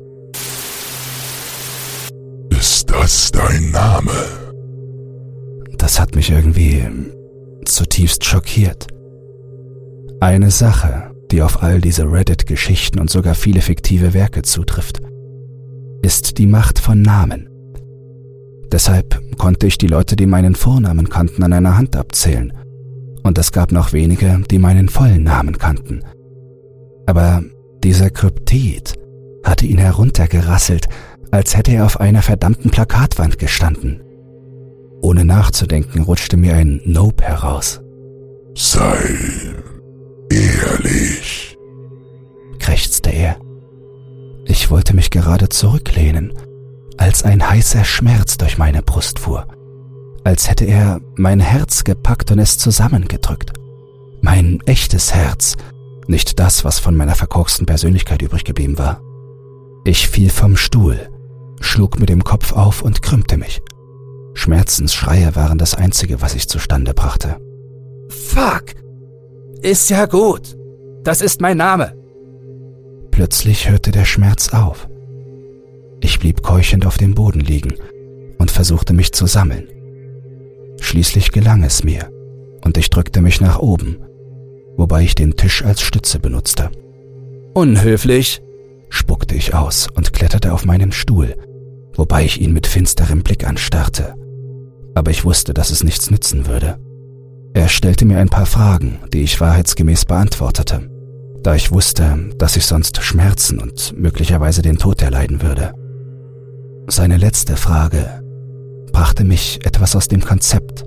»Ist das dein Name?« Das hat mich irgendwie zutiefst schockiert. Eine Sache, die auf all diese Reddit-Geschichten und sogar viele fiktive Werke zutrifft, ist die Macht von Namen. Deshalb konnte ich die Leute, die meinen Vornamen kannten, an einer Hand abzählen. Und es gab noch wenige, die meinen vollen Namen kannten. Aber dieser Kryptid hatte ihn heruntergerasselt, als hätte er auf einer verdammten Plakatwand gestanden. Ohne nachzudenken rutschte mir ein Nope heraus. »Sei ehrlich«, krächzte er. Ich wollte mich gerade zurücklehnen, als ein heißer Schmerz durch meine Brust fuhr. Als hätte er mein Herz gepackt und es zusammengedrückt. Mein echtes Herz, nicht das, was von meiner verkorksten Persönlichkeit übrig geblieben war. Ich fiel vom Stuhl, schlug mit dem Kopf auf und krümmte mich. Schmerzensschreie waren das Einzige, was ich zustande brachte. »Fuck! Ist ja gut! Das ist mein Name!« Plötzlich hörte der Schmerz auf. Ich blieb keuchend auf dem Boden liegen und versuchte mich zu sammeln. Schließlich gelang es mir und ich drückte mich nach oben, wobei ich den Tisch als Stütze benutzte. »Unhöflich«, spuckte ich aus und kletterte auf meinen Stuhl, wobei ich ihn mit finsterem Blick anstarrte. Aber ich wusste, dass es nichts nützen würde. Er stellte mir ein paar Fragen, die ich wahrheitsgemäß beantwortete, da ich wusste, dass ich sonst Schmerzen und möglicherweise den Tod erleiden würde. Seine letzte Frage brachte mich etwas aus dem Konzept.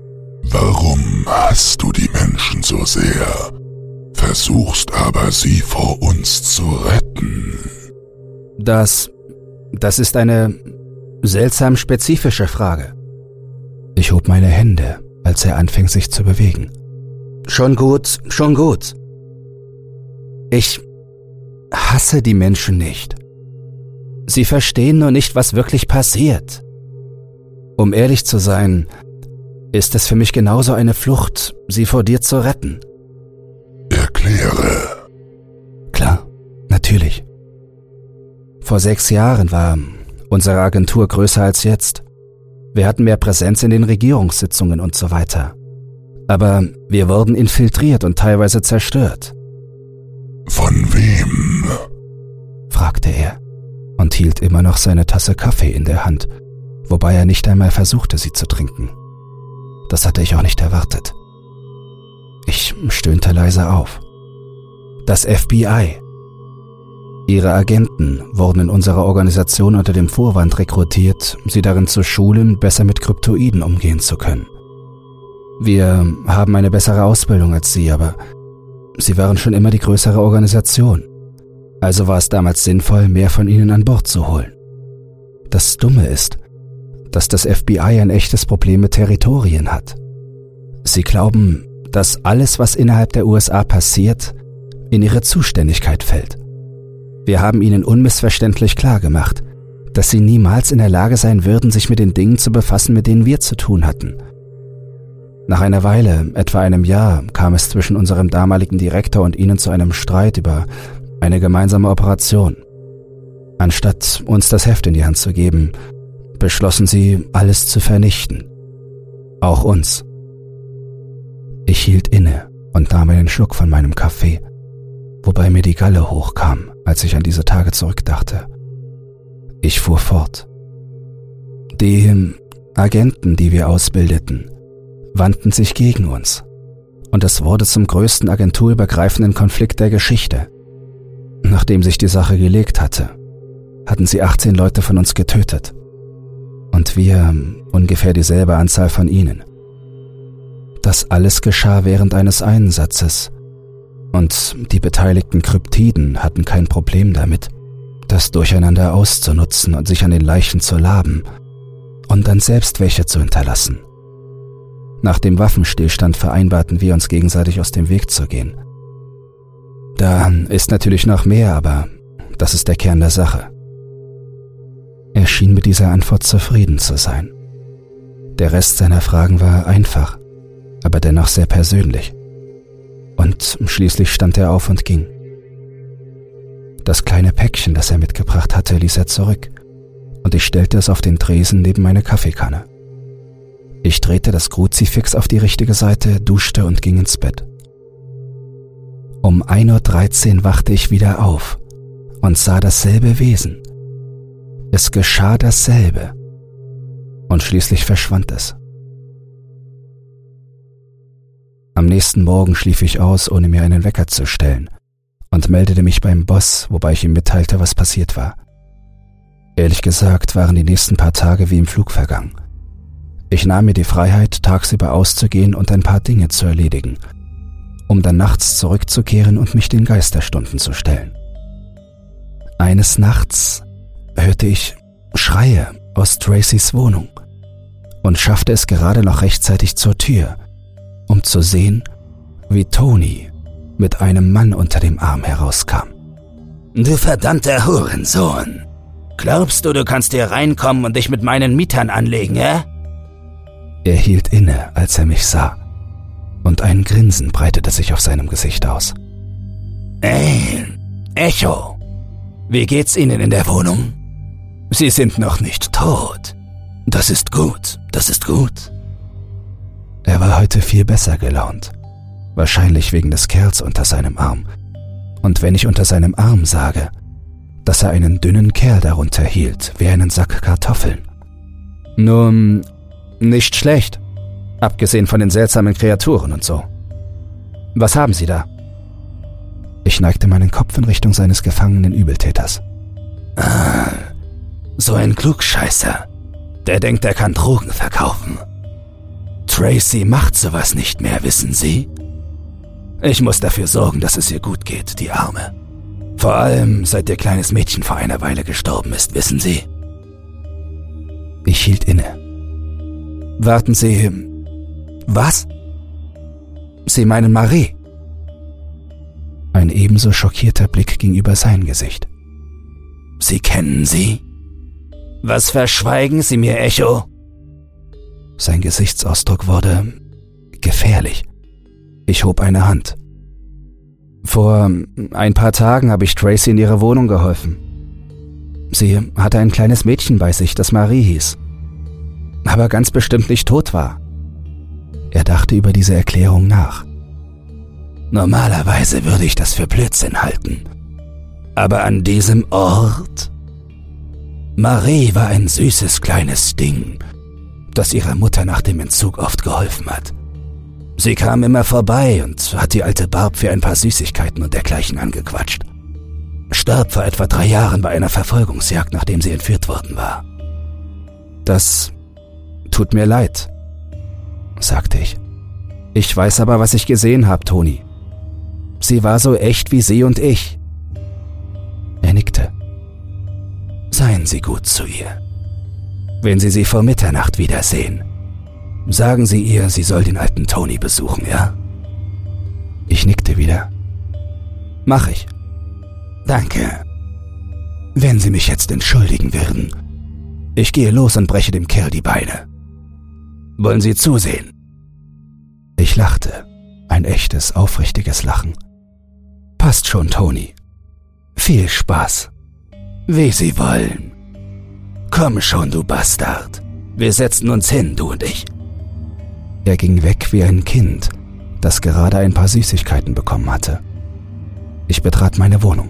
Warum hasst du die Menschen so sehr, versuchst aber sie vor uns zu retten? Das ist eine seltsam spezifische Frage. Ich hob meine Hände, als er anfing, sich zu bewegen. Schon gut, schon gut. Ich hasse die Menschen nicht. Sie verstehen nur nicht, was wirklich passiert. Um ehrlich zu sein, ist es für mich genauso eine Flucht, sie vor dir zu retten. Erkläre. Klar, natürlich. Vor 6 Jahren war unsere Agentur größer als jetzt. Wir hatten mehr Präsenz in den Regierungssitzungen und so weiter. Aber wir wurden infiltriert und teilweise zerstört. Von wem? Fragte er und hielt immer noch seine Tasse Kaffee in der Hand, wobei er nicht einmal versuchte, sie zu trinken. Das hatte ich auch nicht erwartet. Ich stöhnte leise auf. Das FBI. Ihre Agenten wurden in unserer Organisation unter dem Vorwand rekrutiert, sie darin zu schulen, besser mit Kryptoiden umgehen zu können. Wir haben eine bessere Ausbildung als sie, aber sie waren schon immer die größere Organisation. Also war es damals sinnvoll, mehr von ihnen an Bord zu holen. Das Dumme ist, dass das FBI ein echtes Problem mit Territorien hat. Sie glauben, dass alles, was innerhalb der USA passiert, in ihre Zuständigkeit fällt. Wir haben ihnen unmissverständlich klargemacht, dass sie niemals in der Lage sein würden, sich mit den Dingen zu befassen, mit denen wir zu tun hatten. Nach einer Weile, etwa einem Jahr, kam es zwischen unserem damaligen Direktor und ihnen zu einem Streit über eine gemeinsame Operation. Anstatt uns das Heft in die Hand zu geben, beschlossen sie, alles zu vernichten. Auch uns. Ich hielt inne und nahm einen Schluck von meinem Kaffee, wobei mir die Galle hochkam, als ich an diese Tage zurückdachte. Ich fuhr fort. Die Agenten, die wir ausbildeten, wandten sich gegen uns, und es wurde zum größten agenturübergreifenden Konflikt der Geschichte. Nachdem sich die Sache gelegt hatte, hatten sie 18 Leute von uns getötet. Und wir ungefähr dieselbe Anzahl von ihnen. Das alles geschah während eines Einsatzes, und die beteiligten Kryptiden hatten kein Problem damit, das Durcheinander auszunutzen und sich an den Leichen zu laben und dann selbst welche zu hinterlassen. Nach dem Waffenstillstand vereinbarten wir uns gegenseitig aus dem Weg zu gehen. Da ist natürlich noch mehr, aber das ist der Kern der Sache. Er schien mit dieser Antwort zufrieden zu sein. Der Rest seiner Fragen war einfach, aber dennoch sehr persönlich. Und schließlich stand er auf und ging. Das kleine Päckchen, das er mitgebracht hatte, ließ er zurück, und ich stellte es auf den Tresen neben meine Kaffeekanne. Ich drehte das Kruzifix auf die richtige Seite, duschte und ging ins Bett. Um 1:13 Uhr wachte ich wieder auf und sah dasselbe Wesen. Es geschah dasselbe, und schließlich verschwand es. Am nächsten Morgen schlief ich aus, ohne mir einen Wecker zu stellen, und meldete mich beim Boss, wobei ich ihm mitteilte, was passiert war. Ehrlich gesagt waren die nächsten paar Tage wie im Flug vergangen. Ich nahm mir die Freiheit, tagsüber auszugehen und ein paar Dinge zu erledigen, um dann nachts zurückzukehren und mich den Geisterstunden zu stellen. Eines Nachts hörte ich Schreie aus Tracys Wohnung und schaffte es gerade noch rechtzeitig zur Tür, um zu sehen, wie Tony mit einem Mann unter dem Arm herauskam. »Du verdammter Hurensohn! Glaubst du, du kannst hier reinkommen und dich mit meinen Mietern anlegen, Er hielt inne, als er mich sah, und ein Grinsen breitete sich auf seinem Gesicht aus. »Ey, Echo, wie geht's Ihnen in der Wohnung? Sie sind noch nicht tot. Das ist gut, das ist gut.« Er war heute viel besser gelaunt, wahrscheinlich wegen des Kerls unter seinem Arm. Und wenn ich unter seinem Arm sage, dass er einen dünnen Kerl darunter hielt, wie einen Sack Kartoffeln. »Nun, nicht schlecht«, Abgesehen von den seltsamen Kreaturen und so. Was haben Sie da? Ich neigte meinen Kopf in Richtung seines gefangenen Übeltäters. Ah, so ein Klugscheißer. Der denkt, er kann Drogen verkaufen. Tracy macht sowas nicht mehr, wissen Sie? Ich muss dafür sorgen, dass es ihr gut geht, die Arme. Vor allem, seit ihr kleines Mädchen vor einer Weile gestorben ist, wissen Sie? Ich hielt inne. Warten Sie... Was? Sie meinen Marie? Ein ebenso schockierter Blick ging über sein Gesicht. Sie kennen sie? Was verschweigen Sie mir, Echo? Sein Gesichtsausdruck wurde gefährlich. Ich hob eine Hand. Vor ein paar Tagen habe ich Tracy in ihre Wohnung geholfen. Sie hatte ein kleines Mädchen bei sich, das Marie hieß, aber ganz bestimmt nicht tot war. Er dachte über diese Erklärung nach. Normalerweise würde ich das für Blödsinn halten. Aber an diesem Ort? Marie war ein süßes kleines Ding, das ihrer Mutter nach dem Entzug oft geholfen hat. Sie kam immer vorbei und hat die alte Barb für ein paar Süßigkeiten und dergleichen angequatscht. Starb vor etwa 3 Jahren bei einer Verfolgungsjagd, nachdem sie entführt worden war. Das tut mir leid, sagte ich. Ich weiß aber, was ich gesehen habe, Toni. Sie war so echt wie Sie und ich. Er nickte. Seien Sie gut zu ihr. Wenn Sie sie vor Mitternacht wiedersehen, sagen Sie ihr, sie soll den alten Tony besuchen, ja? Ich nickte wieder. Mach ich. Danke. Wenn Sie mich jetzt entschuldigen würden, ich gehe los und breche dem Kerl die Beine. Wollen Sie zusehen? Ich lachte. Ein echtes, aufrichtiges Lachen. Passt schon, Toni. Viel Spaß. Wie Sie wollen. Komm schon, du Bastard. Wir setzen uns hin, du und ich. Er ging weg wie ein Kind, das gerade ein paar Süßigkeiten bekommen hatte. Ich betrat meine Wohnung.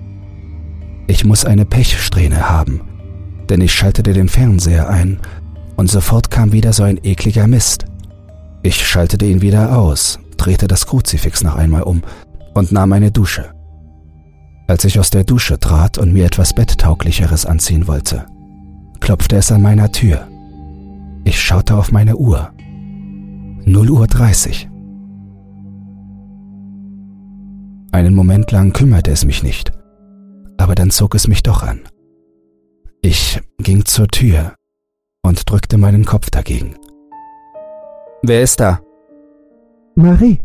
Ich muss eine Pechsträhne haben, denn ich schaltete den Fernseher ein und sofort kam wieder so ein ekliger Mist. Ich schaltete ihn wieder aus, drehte das Kruzifix noch einmal um und nahm eine Dusche. Als ich aus der Dusche trat und mir etwas Betttauglicheres anziehen wollte, klopfte es an meiner Tür. Ich schaute auf meine Uhr. 0:30 Uhr. Einen Moment lang kümmerte es mich nicht, aber dann zog es mich doch an. Ich ging zur Tür und drückte meinen Kopf dagegen. Wer ist da? Marie.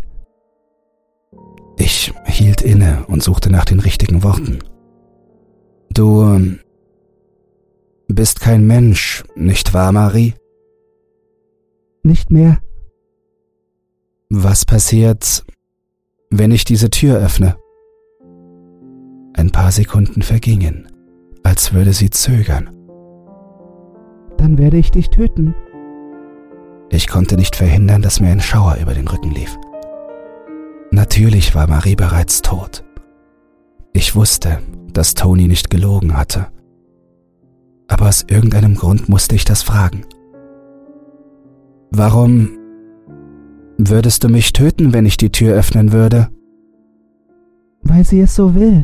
Ich hielt inne und suchte nach den richtigen Worten. Du bist kein Mensch, nicht wahr, Marie? Nicht mehr. Was passiert, wenn ich diese Tür öffne? Ein paar Sekunden vergingen, als würde sie zögern. Dann werde ich dich töten. Ich konnte nicht verhindern, dass mir ein Schauer über den Rücken lief. Natürlich war Marie bereits tot. Ich wusste, dass Tony nicht gelogen hatte. Aber aus irgendeinem Grund musste ich das fragen. Warum würdest du mich töten, wenn ich die Tür öffnen würde? Weil sie es so will.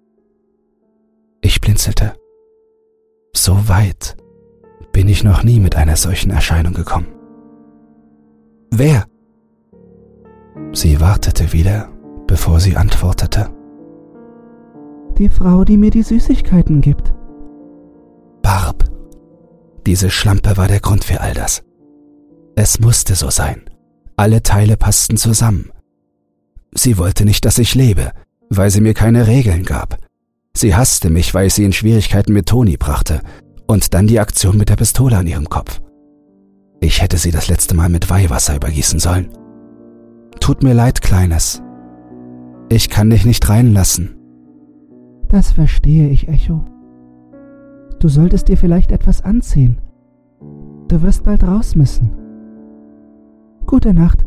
Ich blinzelte. So weit bin ich noch nie mit einer solchen Erscheinung gekommen. Wer? Sie wartete wieder, bevor sie antwortete. Die Frau, die mir die Süßigkeiten gibt. Barb. Diese Schlampe war der Grund für all das. Es musste so sein. Alle Teile passten zusammen. Sie wollte nicht, dass ich lebe, weil sie mir keine Regeln gab. Sie hasste mich, weil ich sie in Schwierigkeiten mit Toni brachte. Und dann die Aktion mit der Pistole an ihrem Kopf. Ich hätte sie das letzte Mal mit Weihwasser übergießen sollen. Tut mir leid, Kleines. Ich kann dich nicht reinlassen. Das verstehe ich, Echo. Du solltest dir vielleicht etwas anziehen. Du wirst bald raus müssen. Gute Nacht.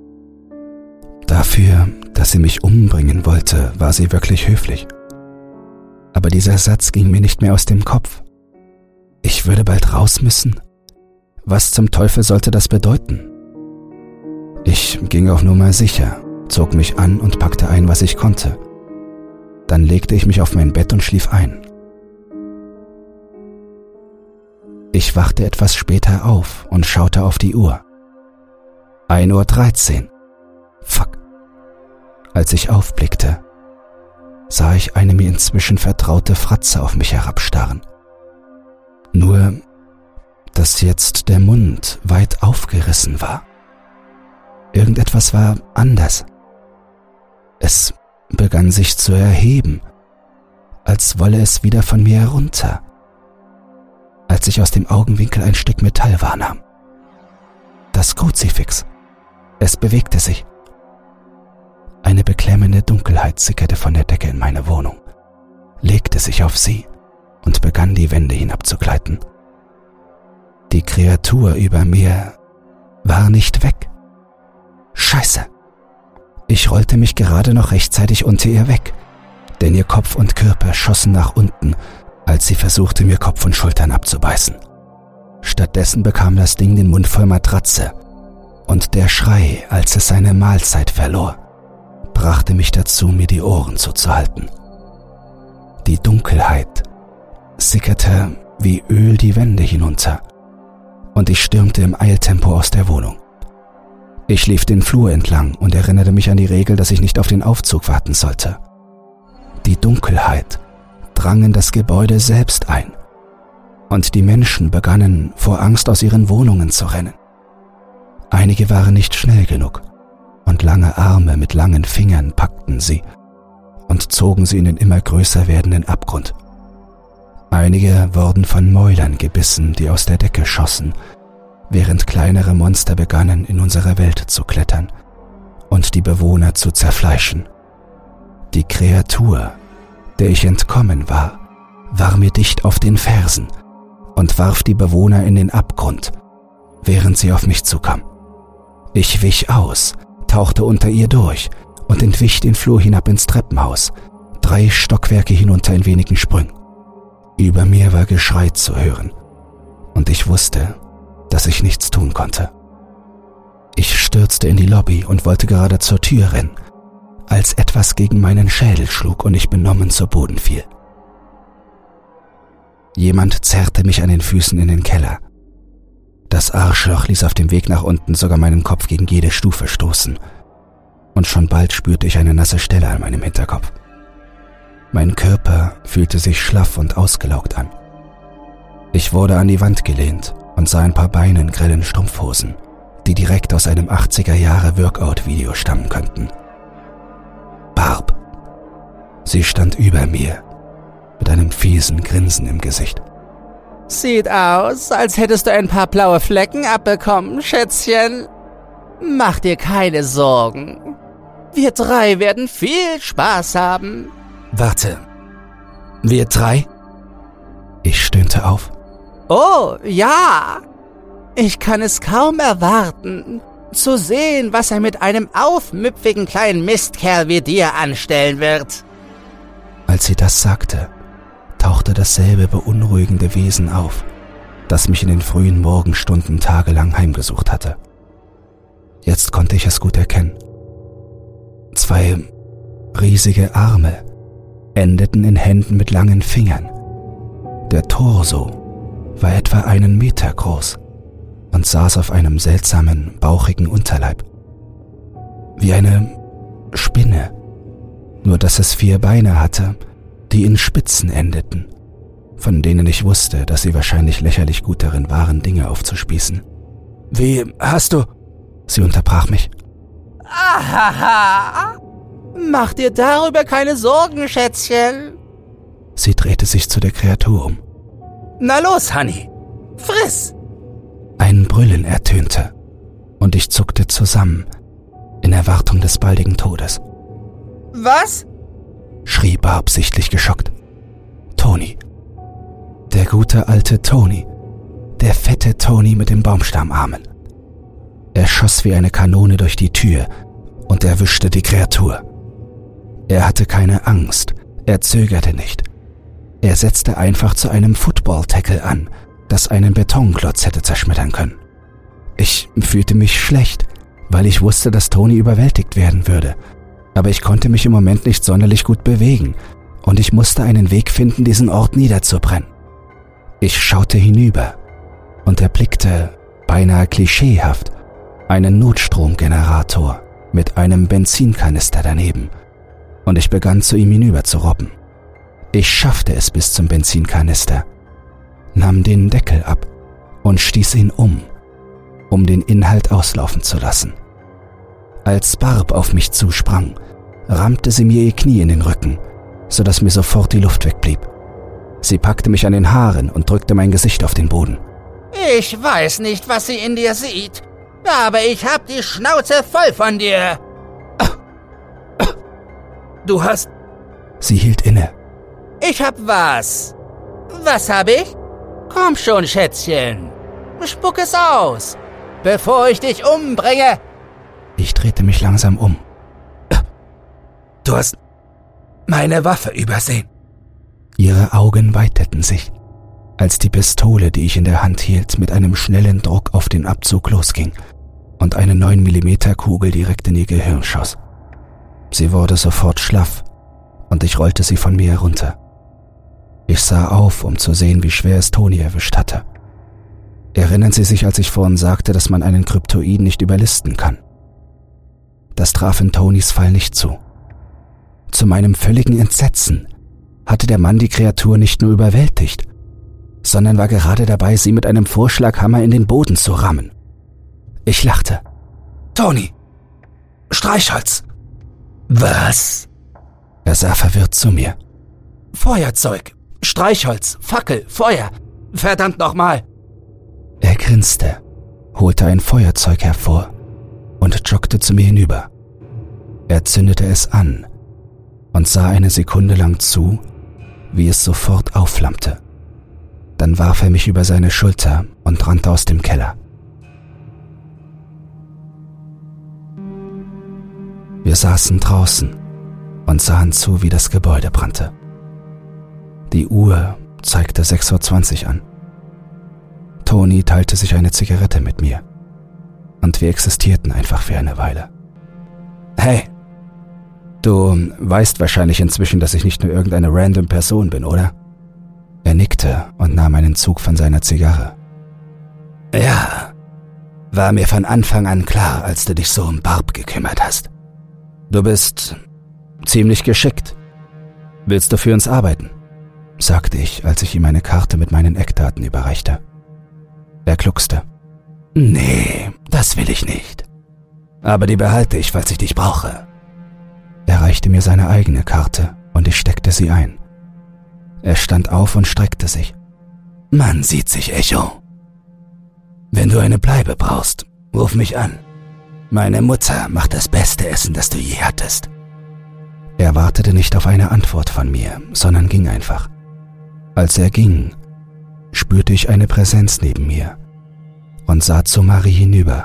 Dafür, dass sie mich umbringen wollte, war sie wirklich höflich. Aber dieser Satz ging mir nicht mehr aus dem Kopf. Ich würde bald raus müssen. Was zum Teufel sollte das bedeuten? Ich ging auf Nummer sicher, zog mich an und packte ein, was ich konnte. Dann legte ich mich auf mein Bett und schlief ein. Ich wachte etwas später auf und schaute auf die Uhr. 1:13 Uhr. Fuck. Als ich aufblickte, sah ich eine mir inzwischen vertraute Fratze auf mich herabstarren. Nur, dass jetzt der Mund weit aufgerissen war. Irgendetwas war anders. Es begann sich zu erheben, als wolle es wieder von mir herunter, als ich aus dem Augenwinkel ein Stück Metall wahrnahm. Das Kruzifix. Es bewegte sich. Eine beklemmende Dunkelheit sickerte von der Decke in meine Wohnung, legte sich auf sie und begann die Wände hinabzugleiten. Die Kreatur über mir war nicht weg. Scheiße! Ich rollte mich gerade noch rechtzeitig unter ihr weg, denn ihr Kopf und Körper schossen nach unten, als sie versuchte, mir Kopf und Schultern abzubeißen. Stattdessen bekam das Ding den Mund voll Matratze, und der Schrei, als es seine Mahlzeit verlor, brachte mich dazu, mir die Ohren zuzuhalten. Die Dunkelheit sickerte wie Öl die Wände hinunter, und ich stürmte im Eiltempo aus der Wohnung. Ich lief den Flur entlang und erinnerte mich an die Regel, dass ich nicht auf den Aufzug warten sollte. Die Dunkelheit drang in das Gebäude selbst ein, und die Menschen begannen vor Angst aus ihren Wohnungen zu rennen. Einige waren nicht schnell genug, und lange Arme mit langen Fingern packten sie und zogen sie in den immer größer werdenden Abgrund. Einige wurden von Mäulern gebissen, die aus der Decke schossen, während kleinere Monster begannen, in unsere Welt zu klettern und die Bewohner zu zerfleischen. Die Kreatur, der ich entkommen war mir dicht auf den Fersen und warf die Bewohner in den Abgrund, während sie auf mich zukam. Ich wich aus, tauchte unter ihr durch und entwich den Flur hinab ins Treppenhaus, 3 Stockwerke hinunter in wenigen Sprüngen. Über mir war Geschrei zu hören, und ich wusste, dass ich nichts tun konnte. Ich stürzte in die Lobby und wollte gerade zur Tür rennen, als etwas gegen meinen Schädel schlug und ich benommen zu Boden fiel. Jemand zerrte mich an den Füßen in den Keller. Das Arschloch ließ auf dem Weg nach unten sogar meinen Kopf gegen jede Stufe stoßen, und schon bald spürte ich eine nasse Stelle an meinem Hinterkopf. Mein Körper fühlte sich schlaff und ausgelaugt an. Ich wurde an die Wand gelehnt und sah ein paar Beine in grellen Strumpfhosen, die direkt aus einem 80er-Jahre-Workout-Video stammen könnten. Barb. Sie stand über mir, mit einem fiesen Grinsen im Gesicht. Sieht aus, als hättest du ein paar blaue Flecken abbekommen, Schätzchen. Mach dir keine Sorgen. Wir 3 werden viel Spaß haben. Warte, wir 3? Ich stöhnte auf. Oh, ja. Ich kann es kaum erwarten, zu sehen, was er mit einem aufmüpfigen kleinen Mistkerl wie dir anstellen wird. Als sie das sagte, tauchte dasselbe beunruhigende Wesen auf, das mich in den frühen Morgenstunden tagelang heimgesucht hatte. Jetzt konnte ich es gut erkennen. 2 riesige Arme endeten in Händen mit langen Fingern. Der Torso war etwa 1 Meter groß und saß auf einem seltsamen, bauchigen Unterleib. Wie eine Spinne, nur dass es 4 Beine hatte, die in Spitzen endeten, von denen ich wusste, dass sie wahrscheinlich lächerlich gut darin waren, Dinge aufzuspießen. »Wie hast du...« Sie unterbrach mich. Ahaha! Mach dir darüber keine Sorgen, Schätzchen. Sie drehte sich zu der Kreatur um. Na los, Honey, friss! Ein Brüllen ertönte, und ich zuckte zusammen, in Erwartung des baldigen Todes. Was? Schrie Barb sichtlich geschockt. Tony. Der gute alte Tony. Der fette Tony mit den Baumstammarmen. Er schoss wie eine Kanone durch die Tür und erwischte die Kreatur. Er hatte keine Angst, er zögerte nicht. Er setzte einfach zu einem Football-Tackle an, das einen Betonklotz hätte zerschmettern können. Ich fühlte mich schlecht, weil ich wusste, dass Toni überwältigt werden würde. Aber ich konnte mich im Moment nicht sonderlich gut bewegen und ich musste einen Weg finden, diesen Ort niederzubrennen. Ich schaute hinüber und erblickte, beinahe klischeehaft, einen Notstromgenerator mit einem Benzinkanister daneben und ich begann zu ihm hinüber zu robben. Ich schaffte es bis zum Benzinkanister, nahm den Deckel ab und stieß ihn um den Inhalt auslaufen zu lassen. Als Barb auf mich zusprang, rammte sie mir ihr Knie in den Rücken, sodass mir sofort die Luft wegblieb. Sie packte mich an den Haaren und drückte mein Gesicht auf den Boden. Ich weiß nicht, was sie in dir sieht, aber ich hab die Schnauze voll von dir. Du hast... Sie hielt inne. Ich hab was. Was hab ich? Komm schon, Schätzchen. Spuck es aus, bevor ich dich umbringe. Ich drehte mich langsam um. Du hast meine Waffe übersehen. Ihre Augen weiteten sich, als die Pistole, die ich in der Hand hielt, mit einem schnellen Druck auf den Abzug losging und eine 9mm Kugel direkt in ihr Gehirn schoss. Sie wurde sofort schlaff und ich rollte sie von mir herunter. Ich sah auf, um zu sehen, wie schwer es Toni erwischt hatte. Erinnern Sie sich, als ich vorhin sagte, dass man einen Kryptoiden nicht überlisten kann? Das traf in Tonis Fall nicht zu. Zu meinem völligen Entsetzen hatte der Mann die Kreatur nicht nur überwältigt, sondern war gerade dabei, sie mit einem Vorschlaghammer in den Boden zu rammen. Ich lachte. Toni! Streichholz! Was? Er sah verwirrt zu mir. Feuerzeug! Streichholz! Fackel! Feuer! Verdammt nochmal! Er grinste, holte ein Feuerzeug hervor und joggte zu mir hinüber. Er zündete es an und sah eine Sekunde lang zu, wie es sofort aufflammte. Dann warf er mich über seine Schulter und rannte aus dem Keller. Wir saßen draußen und sahen zu, wie das Gebäude brannte. Die Uhr zeigte 6:20 Uhr an. Toni teilte sich eine Zigarette mit mir und wir existierten einfach für eine Weile. Hey, du weißt wahrscheinlich inzwischen, dass ich nicht nur irgendeine random Person bin, oder? Er nickte und nahm einen Zug von seiner Zigarre. Ja, war mir von Anfang an klar, als du dich so um Barb gekümmert hast. Du bist ziemlich geschickt. Willst du für uns arbeiten? Sagte ich, als ich ihm eine Karte mit meinen Eckdaten überreichte. Er gluckste. Nee, das will ich nicht. Aber die behalte ich, falls ich dich brauche. Er reichte mir seine eigene Karte und ich steckte sie ein. Er stand auf und streckte sich. Man sieht sich, Echo. Wenn du eine Bleibe brauchst, ruf mich an. Meine Mutter macht das beste Essen, das du je hattest. Er wartete nicht auf eine Antwort von mir, sondern ging einfach. Als er ging, spürte ich eine Präsenz neben mir und sah zu Marie hinüber.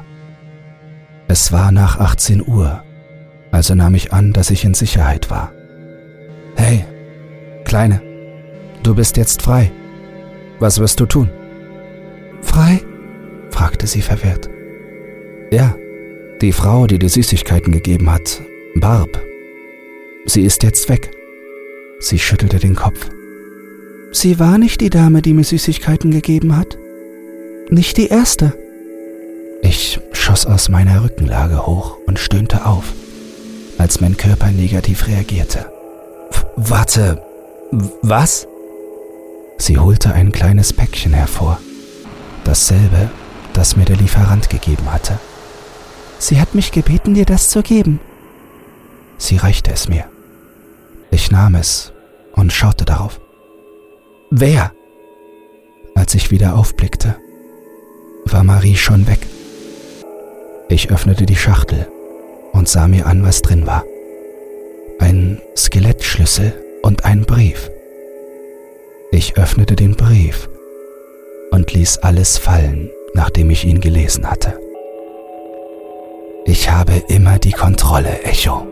Es war nach 18 Uhr, also nahm ich an, dass ich in Sicherheit war. Hey, Kleine, du bist jetzt frei. Was wirst du tun? Frei? Fragte sie verwirrt. Ja, die Frau, die dir Süßigkeiten gegeben hat, Barb. Sie ist jetzt weg. Sie schüttelte den Kopf. Sie war nicht die Dame, die mir Süßigkeiten gegeben hat. Nicht die erste. Ich schoss aus meiner Rückenlage hoch und stöhnte auf, als mein Körper negativ reagierte. Warte, was? Sie holte ein kleines Päckchen hervor. Dasselbe, das mir der Lieferant gegeben hatte. Sie hat mich gebeten, dir das zu geben. Sie reichte es mir. Ich nahm es und schaute darauf. Wer? Als ich wieder aufblickte, war Marie schon weg. Ich öffnete die Schachtel und sah mir an, was drin war. Ein Skelettschlüssel und ein Brief. Ich öffnete den Brief und ließ alles fallen, nachdem ich ihn gelesen hatte. Ich habe immer die Kontrolle, Echo.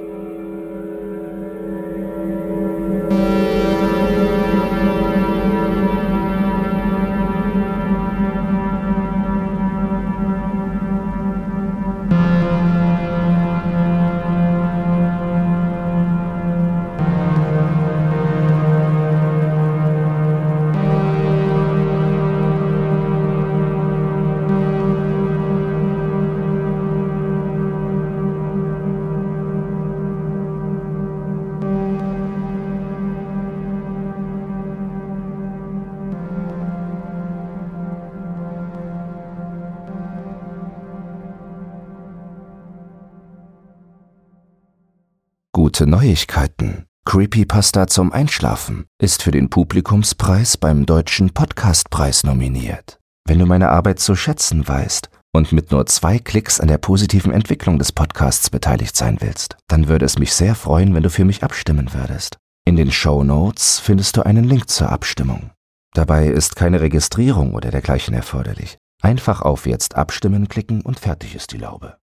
Gute Neuigkeiten. Creepypasta zum Einschlafen ist für den Publikumspreis beim Deutschen Podcastpreis nominiert. Wenn du meine Arbeit zu schätzen weißt und mit nur 2 Klicks an der positiven Entwicklung des Podcasts beteiligt sein willst, dann würde es mich sehr freuen, wenn du für mich abstimmen würdest. In den Shownotes findest du einen Link zur Abstimmung. Dabei ist keine Registrierung oder dergleichen erforderlich. Einfach auf Jetzt abstimmen klicken und fertig ist die Laube.